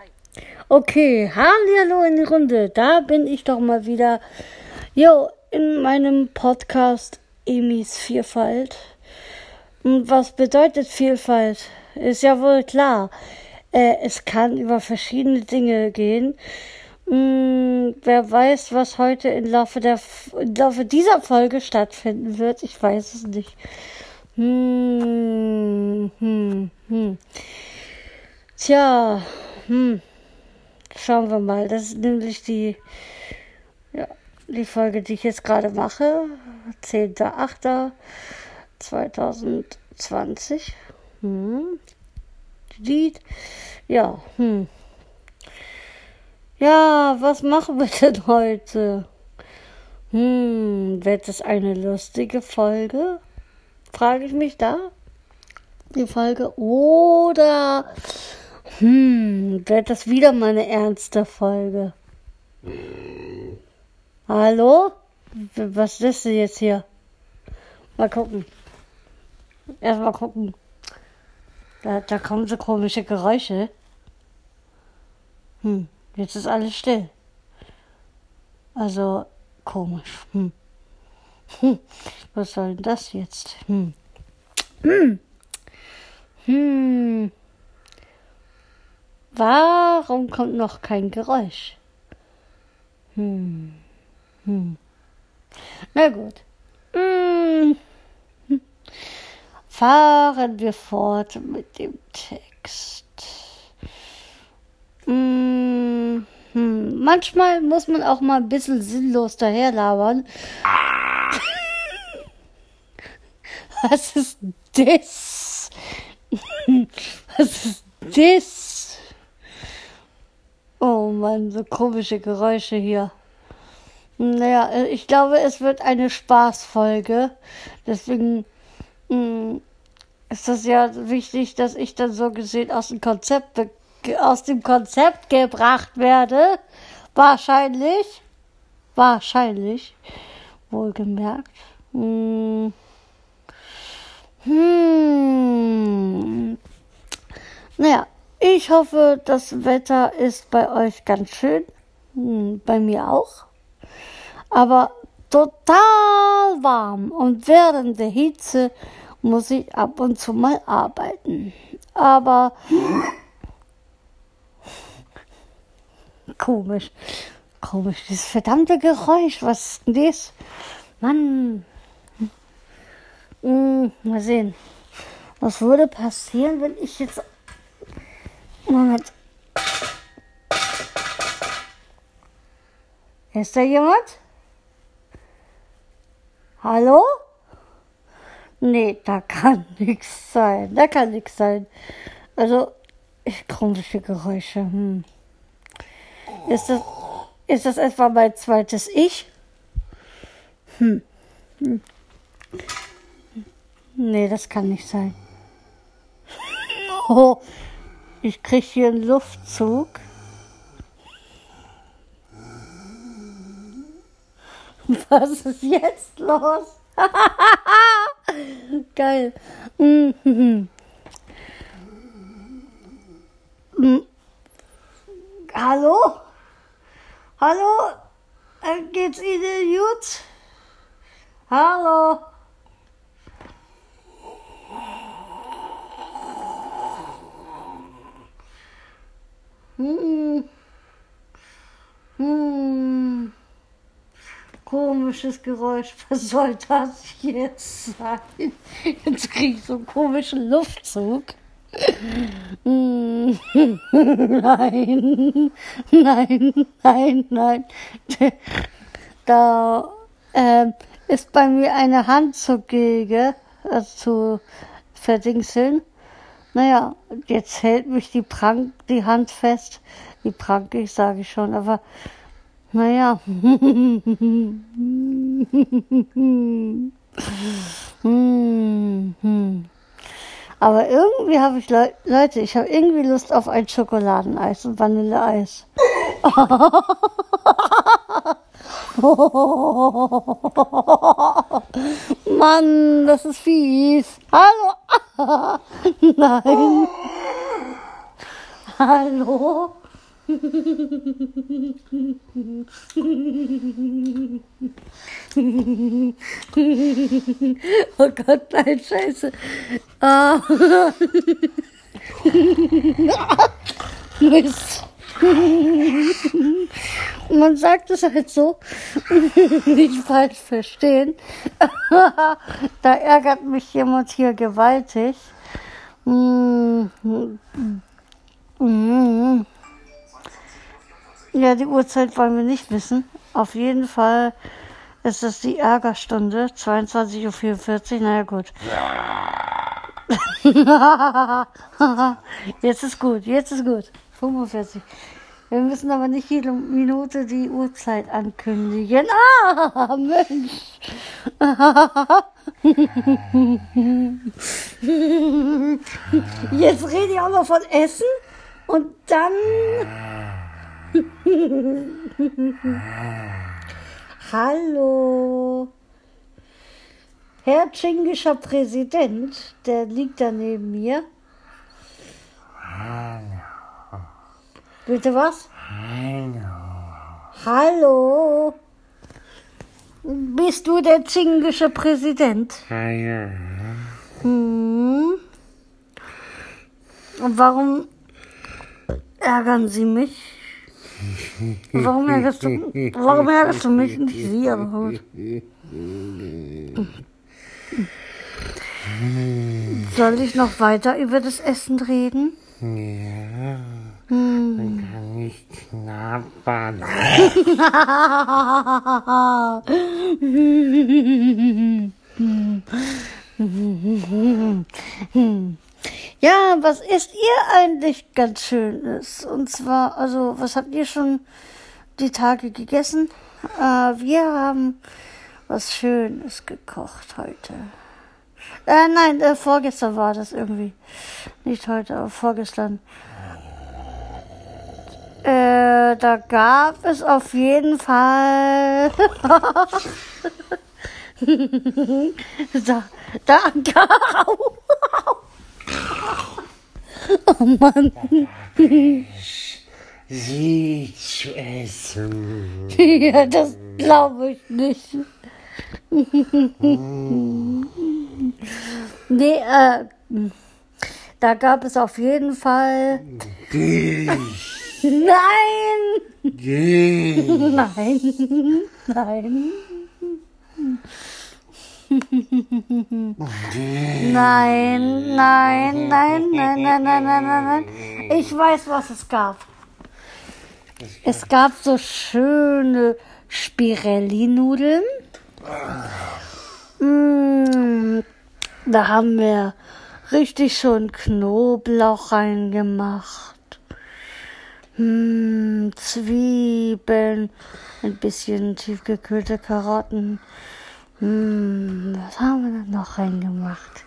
Okay, hallo in die Runde. Da bin ich doch mal wieder. In meinem Podcast Emis Vielfalt. Und was bedeutet Vielfalt? Ist ja wohl klar. Es kann über verschiedene Dinge gehen. Wer weiß, was heute im Laufe dieser Folge stattfinden wird. Ich weiß es nicht. Tja, schauen wir mal. Das ist nämlich die Folge, die ich jetzt gerade mache. 10.08.2020. Ja, was machen wir denn heute? Wird es eine lustige Folge? Frage ich mich da. Die Folge. Oder wird das wieder mal eine ernste Folge? Hallo? Was ist denn jetzt hier? Mal gucken. Erstmal gucken. Da kommen so komische Geräusche. Jetzt ist alles still. Also komisch. Was soll denn das jetzt? Warum kommt noch kein Geräusch? Na gut. Fahren wir fort mit dem Text. Manchmal muss man auch mal ein bisschen sinnlos daherlabern. Was ist das? Was ist das? Oh Mann, so komische Geräusche hier. Naja, ich glaube, es wird eine Spaßfolge. Deswegen ist das ja wichtig, dass ich dann so gesehen aus dem Konzept gebracht werde. Wahrscheinlich. Wohlgemerkt. Naja, ich hoffe, das Wetter ist bei euch ganz schön. Bei mir auch. Aber total warm und während der Hitze muss ich ab und zu mal arbeiten. Aber komisch, dieses verdammte Geräusch, was ist denn das? Mann. Mal sehen, was würde passieren, wenn ich jetzt... Moment. Ist da jemand? Hallo? Nee, da kann nichts sein. Also, komische Geräusche. Ist das etwa mein zweites Ich? Nee, das kann nicht sein. Oh, ich krieg hier einen Luftzug. Was ist jetzt los? Geil. Hallo? Geht's Ihnen gut? Hallo? Komisches Geräusch, was soll das jetzt sein? Jetzt kriege ich so einen komischen Luftzug. Nein. Da ist bei mir eine Hand zugegen, zu verdingseln. Naja, jetzt hält mich die Hand fest. Die Pranke, sage ich schon, aber naja. Aber irgendwie habe ich, Leute, ich habe irgendwie Lust auf ein Schokoladeneis und Vanilleeis. Mann, das ist fies. Hallo? Nein. Hallo? Oh Gott, nein, scheiße. Ah. Mist. Man sagt es halt so, nicht falsch verstehen. Da ärgert mich jemand hier gewaltig. Ja, die Uhrzeit wollen wir nicht wissen. Auf jeden Fall ist es die Ärgerstunde, 22:44 Uhr. Naja, gut. Jetzt ist gut. 45. Wir müssen aber nicht jede Minute die Uhrzeit ankündigen. Ah, Mensch. Jetzt rede ich auch noch von Essen und dann... Hallo. Herr tschingischer Präsident, der liegt da neben mir. Hallo. Bitte was? Hallo. Hallo. Bist du der tschingische Präsident? Hallo. Und warum ärgern Sie mich? Warum ärgerst du mich? Nicht Sie, aber gut. Soll ich noch weiter über das Essen reden? Ja, man kann nicht knabbern. Ja, was isst ihr eigentlich ganz Schönes? Und zwar, also, was habt ihr schon die Tage gegessen? Wir haben was Schönes gekocht heute. Nein, vorgestern war das irgendwie. Nicht heute, aber vorgestern. Da gab es auf jeden Fall... Oh Mann. Sie zu essen. Ja, das glaube ich nicht. Nee, da gab es auf jeden Fall... Nein! Nein. Nein. Ich weiß, was es gab. Es gab so schöne Spirelli-Nudeln. Da haben wir richtig schon Knoblauch reingemacht. Zwiebeln, ein bisschen tiefgekühlte Karotten. Was haben wir da noch reingemacht?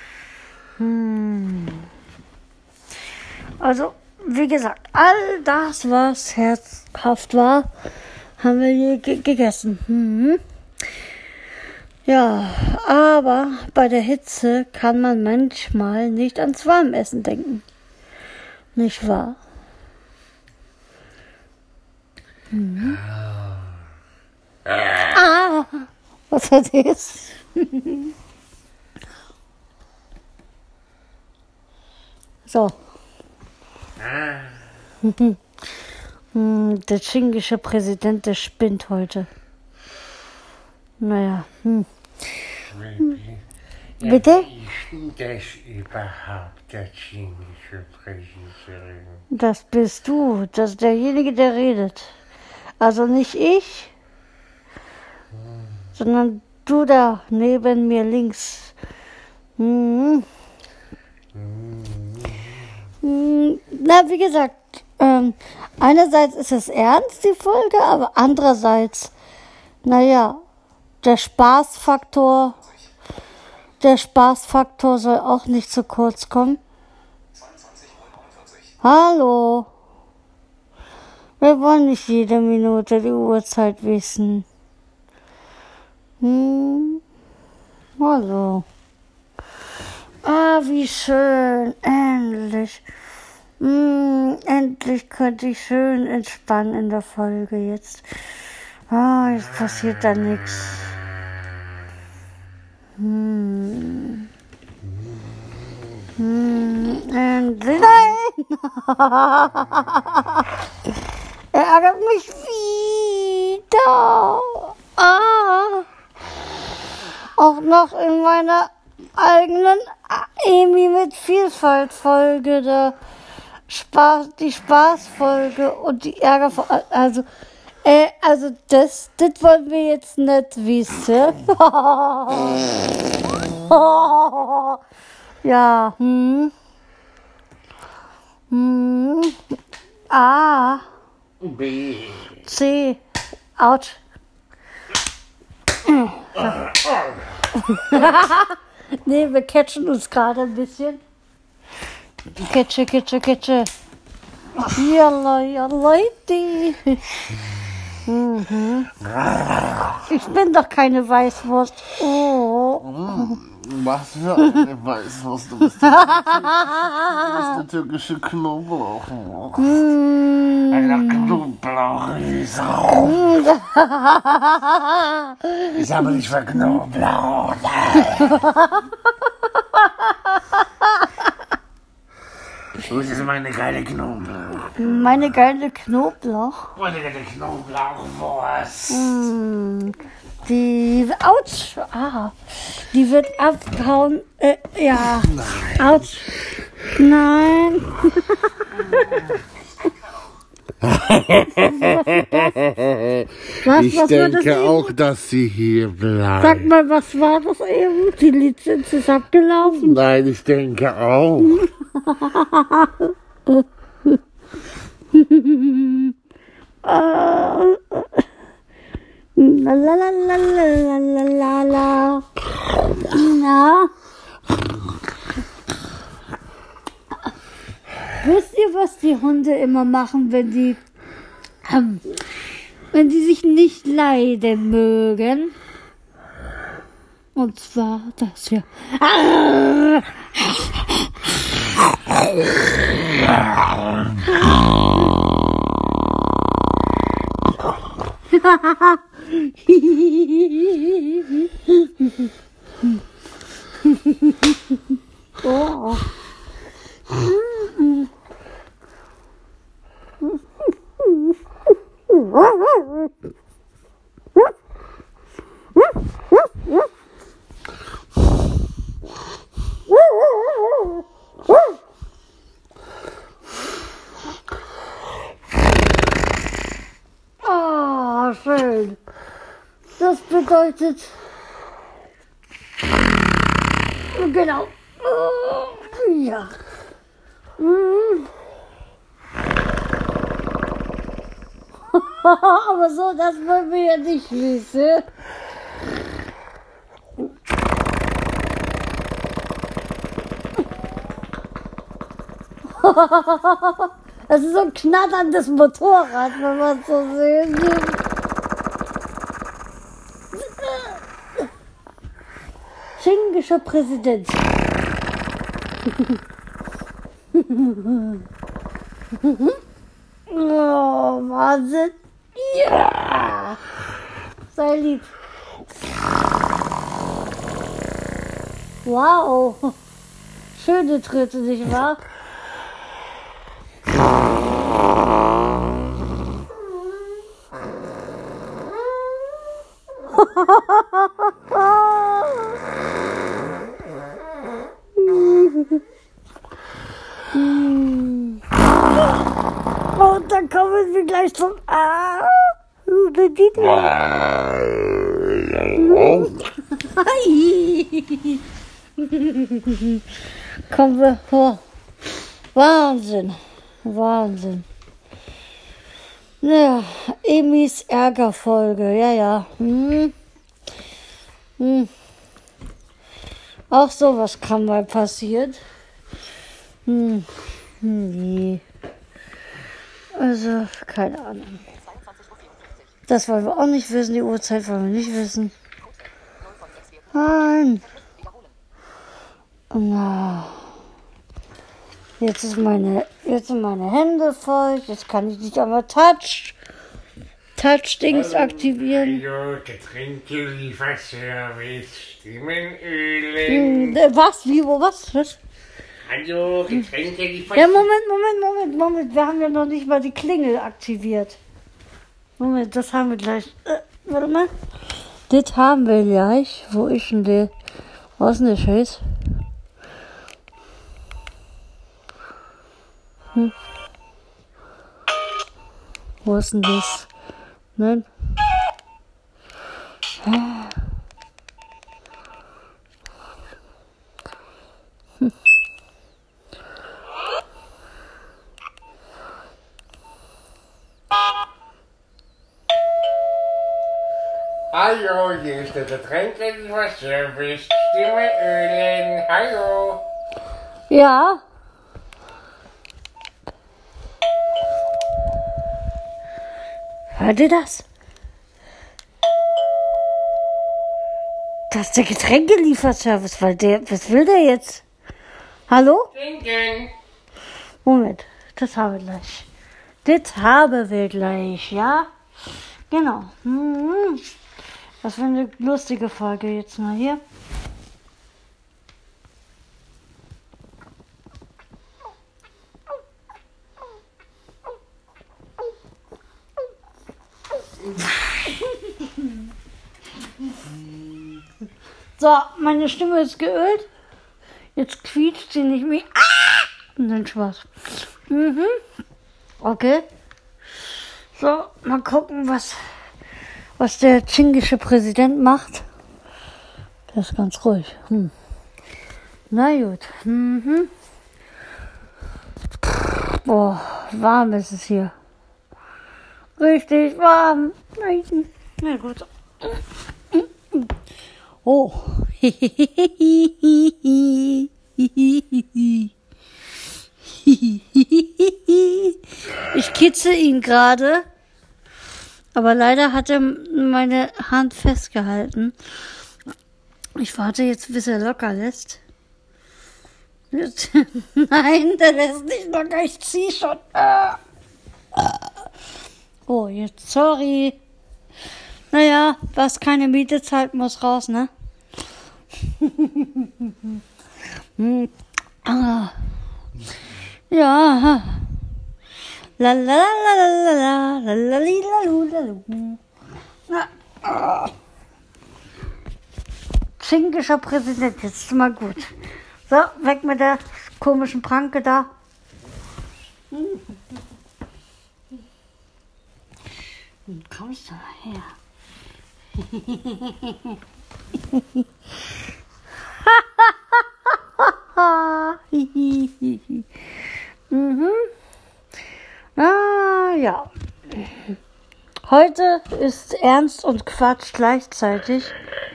Also, wie gesagt, all das, was herzhaft war, haben wir hier gegessen. Ja, aber bei der Hitze kann man manchmal nicht ans Warmessen denken. Nicht wahr? Was hat das? So. Der tschingische Präsident, der spinnt heute. Naja. Bitte? Ist das überhaupt der tschingische Präsident? Das bist du. Das ist derjenige, der redet. Also nicht ich, sondern du da neben mir links. Na, wie gesagt, einerseits ist es ernst, die Folge, aber andererseits, naja, der Spaßfaktor soll auch nicht zu kurz kommen. Hallo. Wir wollen nicht jede Minute die Uhrzeit wissen. Hallo. Ah, wie schön. Endlich. Endlich könnte ich schön entspannen in der Folge jetzt. Jetzt passiert da nichts. Endlich. Nein! Er ärgert mich wieder. Auch noch in meiner eigenen Emi mit Vielfalt-Folge, die Spaßfolge und die Ärgerfolge. Also das wollen wir jetzt nicht wissen. Ja, A. B. C. Autsch. Nee, wir catchen uns gerade ein bisschen. Ketsche. Ja, Leute. Ich bin doch keine Weißwurst. Oh. Was für eine Weißwurst, du bist der türkische Knoblauch. Eine Knoblauch-Sau. Ich habe dich verknoblaucht. Du bist meine geile Knoblauch. Meine geile Knoblauch. Meine geile Knoblauchwurst. Die, Autsch, die wird abgehauen, ja. Nein. Autsch. Nein. Ich denke auch, dass sie hier bleibt. Sag mal, was war das eben? Die Lizenz ist abgelaufen. Nein, ich denke auch. La. Na? Wisst ihr, was die Hunde immer machen, wenn die sich nicht leiden mögen? Und zwar das hier. Oh. Schön. Das bedeutet, genau, ja. Aber so, das wollen wir ja nicht wissen. Das ist so ein knatterndes Motorrad, wenn man es so sehen will. Schingischer Präsident. Oh, Wahnsinn. Ja. Sei lieb. Wow. Schöne Tritte, nicht wahr? Und dann kommen wir gleich zum Kommen wir vor. Wahnsinn. Ja, Emis Ärgerfolge, ja. Auch sowas kann mal passieren. Nee. Also, keine Ahnung. Das wollen wir auch nicht wissen, die Uhrzeit wollen wir nicht wissen. Nein. Na. Jetzt sind meine Hände feucht. Jetzt kann ich nicht einmal Touch-Dings aktivieren. Hallo, Getränkelieferservice, Stimmenölen. Was? Wie? Wo? Was? Hallo, Getränkelieferservice. Ja, Moment. Wir haben ja noch nicht mal die Klingel aktiviert. Moment, das haben wir gleich. Warte mal. Das haben wir gleich. Wo ist denn der? Wo ist denn der Scheiß? Wo ist denn das? Nein. Hallo, hier ist der Getränkelieferservice, Stimmenölen. Hallo. Ja. Hört ihr das? Das ist der Getränkelieferservice, was will der jetzt? Hallo? Trinken. Moment, das haben wir gleich, ja? Genau. Was für eine lustige Folge jetzt mal hier. So, meine Stimme ist geölt. Jetzt quietscht sie nicht mehr. Nein, Spaß. Okay. So, mal gucken, was der tschingische Präsident macht. Der ist ganz ruhig. Na gut. Boah, warm ist es hier. Richtig warm. Na gut. Oh. Ich kitze ihn gerade, aber leider hat er meine Hand festgehalten. Ich warte jetzt, bis er locker lässt. Nein, der lässt nicht locker, ich zieh schon. Oh, jetzt, sorry. Naja, was keine Miete zahlt, muss raus, ne? Ja. La la la la la la la la la la. Tschingischer Präsident, jetzt ist mal gut. So, weg mit der komischen Pranke da. Kommst du mal her? Ja. Heute ist Ernst und Quatsch gleichzeitig.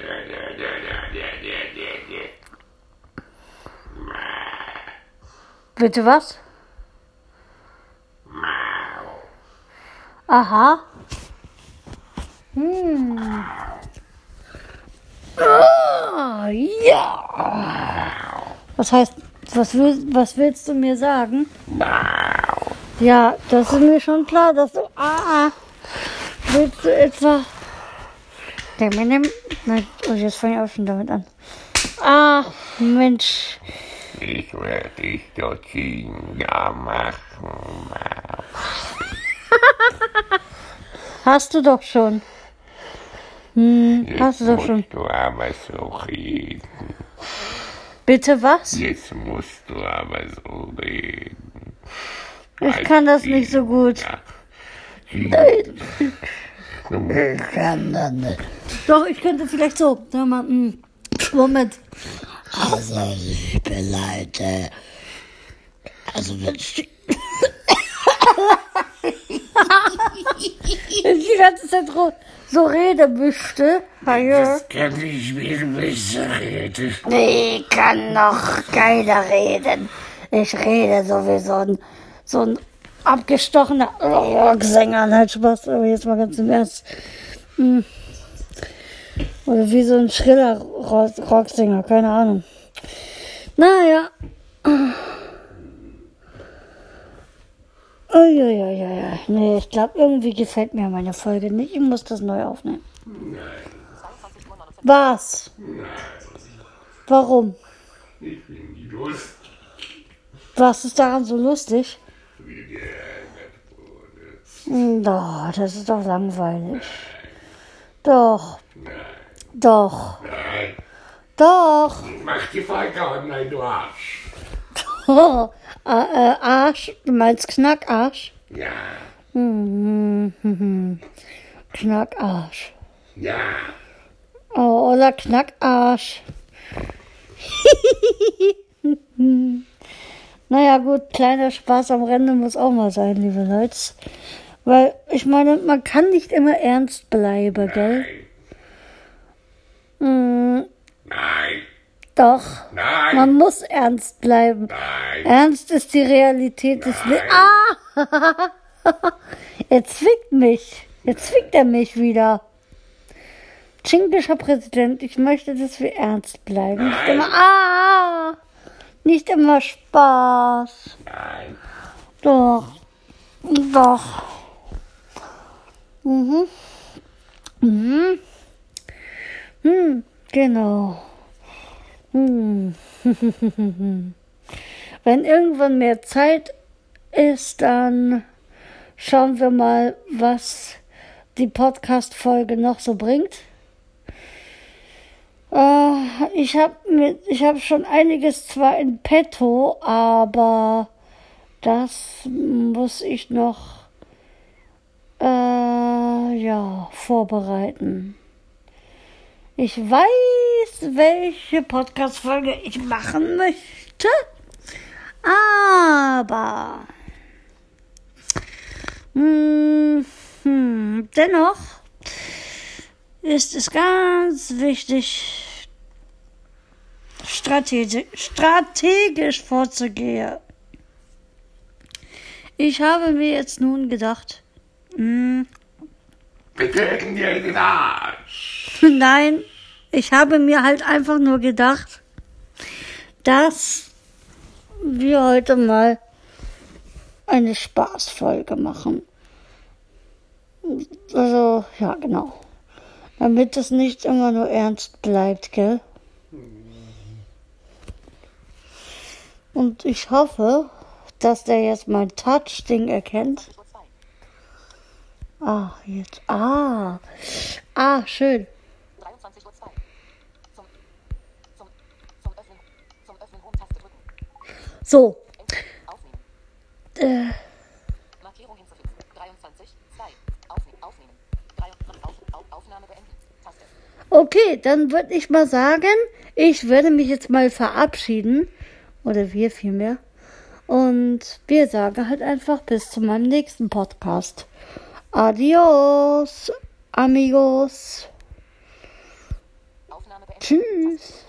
Bitte was? Aha. Ja. Was heißt, was willst du mir sagen? Ja, das ist mir schon klar, dass du, willst du etwa, nein, jetzt fange ich auch schon damit an. Mensch. Ich werde dich dorthin machen. Hast du doch schon. Hast du doch schon. Jetzt musst du aber so reden. Bitte was? Jetzt musst du aber so reden. Ich kann das nicht so gut. Nein. Ich kann das nicht. Doch, ich könnte vielleicht so. Moment. Also, liebe Leute. Also, wenn ich die ganze Zeit so reden möchte. Das kann ich mir besser reden. Ich kann noch geiler reden. Ich rede sowieso so ein abgestochener Rocksänger. Halt Spaß, aber jetzt mal ganz im Ernst. Oder wie so ein schriller Rocksänger, keine Ahnung. Naja. Nee, ich glaube, irgendwie gefällt mir meine Folge nicht. Ich muss das neu aufnehmen. Was? Warum? Ich bin die Lust. Was ist daran so lustig? Wie geärgert wurde. Doch, das ist doch langweilig. Doch, Nein, doch, nein. doch. Mach die Folge online, du Arsch. Oh, Arsch, du meinst Knackarsch? Ja, Knackarsch. ja. Oh, oder Knackarsch. Naja gut, kleiner Spaß am Rande muss auch mal sein, liebe Leute. Weil, ich meine, man kann nicht immer ernst bleiben, gell? Nein, Doch, nein, man muss ernst bleiben. nein. Ernst ist die Realität des Lebens. Ah! Er zwickt mich. Jetzt zwickt er mich wieder. Tschinkischer Präsident, ich möchte, dass wir ernst bleiben. Nicht immer, nicht immer Spaß. Nein. Doch. Doch. Genau. Wenn irgendwann mehr Zeit ist, dann schauen wir mal, was die Podcast-Folge noch so bringt. Ich hab schon einiges zwar in petto, aber das muss ich noch vorbereiten. Ich weiß, welche Podcast-Folge ich machen möchte, aber dennoch ist es ganz wichtig, strategisch vorzugehen. Ich habe mir jetzt nun gedacht, Wir töten dir den Arsch. nein, ich habe mir halt einfach nur gedacht, dass wir heute mal eine Spaßfolge machen. Also, ja, genau. Damit es nicht immer nur ernst bleibt, gell? Und ich hoffe, dass der jetzt mein Touch-Ding erkennt. Jetzt. Schön. 23:02 Uhr. Zum Öffnen Home-Taste drücken. So. Aufnehmen. Markierung hinzufügen. 23:02 Aufnehmen. Aufnahme beenden. Taste. Okay, dann würde ich mal sagen, ich werde mich jetzt mal verabschieden. Oder wir vielmehr. Und wir sagen halt einfach bis zu meinem nächsten Podcast. Adios, amigos. Aufnahme beenden. Tschüss.